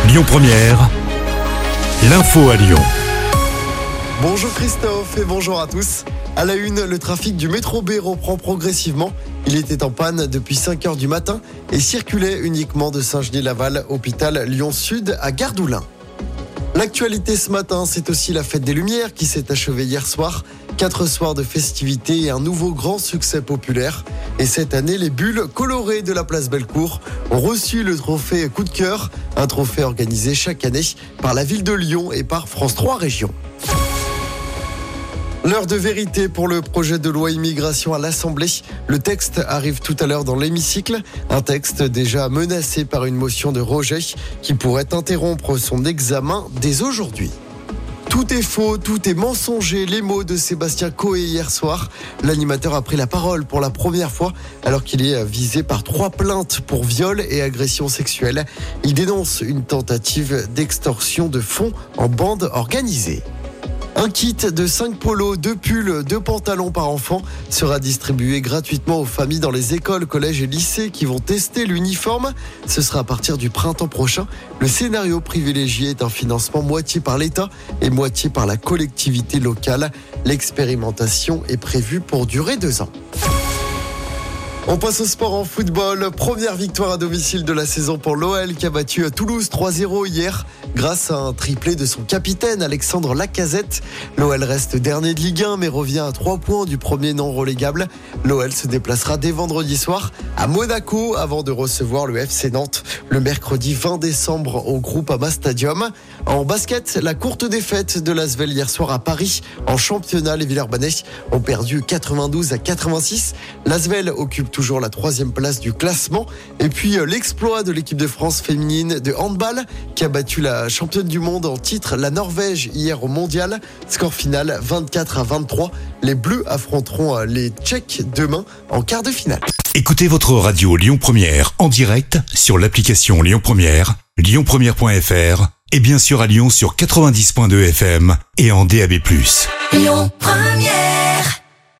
Lyon Première, l'info à Lyon. Bonjour Christophe et bonjour à tous. À la une, le trafic du métro B reprend progressivement. Il était en panne depuis 5h du matin et circulait uniquement de Saint-Genis-Laval, hôpital Lyon-Sud à Gardoulin. L'actualité ce matin, c'est aussi la fête des Lumières qui s'est achevée hier soir. 4 soirs de festivités et un nouveau grand succès populaire. Et cette année, les bulles colorées de la place Bellecour ont reçu le trophée Coup de cœur, un trophée organisé chaque année par la ville de Lyon et par France 3 Régions. L'heure de vérité pour le projet de loi immigration à l'Assemblée. Le texte arrive tout à l'heure dans l'hémicycle. Un texte déjà menacé par une motion de rejet qui pourrait interrompre son examen dès aujourd'hui. Tout est faux, tout est mensonger, les mots de Sébastien Coé hier soir. L'animateur a pris la parole pour la première fois alors qu'il est visé par 3 plaintes pour viol et agression sexuelle. Il dénonce une tentative d'extorsion de fonds en bande organisée. Un kit de 5 polos, 2 pulls, 2 pantalons par enfant sera distribué gratuitement aux familles dans les écoles, collèges et lycées qui vont tester l'uniforme. Ce sera à partir du printemps prochain. Le scénario privilégié est un financement moitié par l'État et moitié par la collectivité locale. L'expérimentation est prévue pour durer 2 ans. On passe au sport en football. Première victoire à domicile de la saison pour l'OL qui a battu à Toulouse 3-0 hier grâce à un triplé de son capitaine Alexandre Lacazette. L'OL reste dernier de Ligue 1 mais revient à 3 points du premier non relégable. L'OL se déplacera dès vendredi soir à Monaco avant de recevoir le FC Nantes le mercredi 20 décembre au Groupama Stadium. En basket, la courte défaite de l'Asvel hier soir à Paris. En championnat, les Villeurbanais ont perdu 92-86. L'Asvel occupe toujours la 3e place du classement. Et puis l'exploit de l'équipe de France féminine de handball qui a battu la championne du monde en titre, la Norvège, hier au mondial. Score final 24-23. Les Bleus affronteront les Tchèques demain en quart de finale. Écoutez votre radio Lyon Première en direct sur l'application Lyon Première, lyonpremière.fr et bien sûr à Lyon sur 90.2 FM et en DAB+. Lyon Première.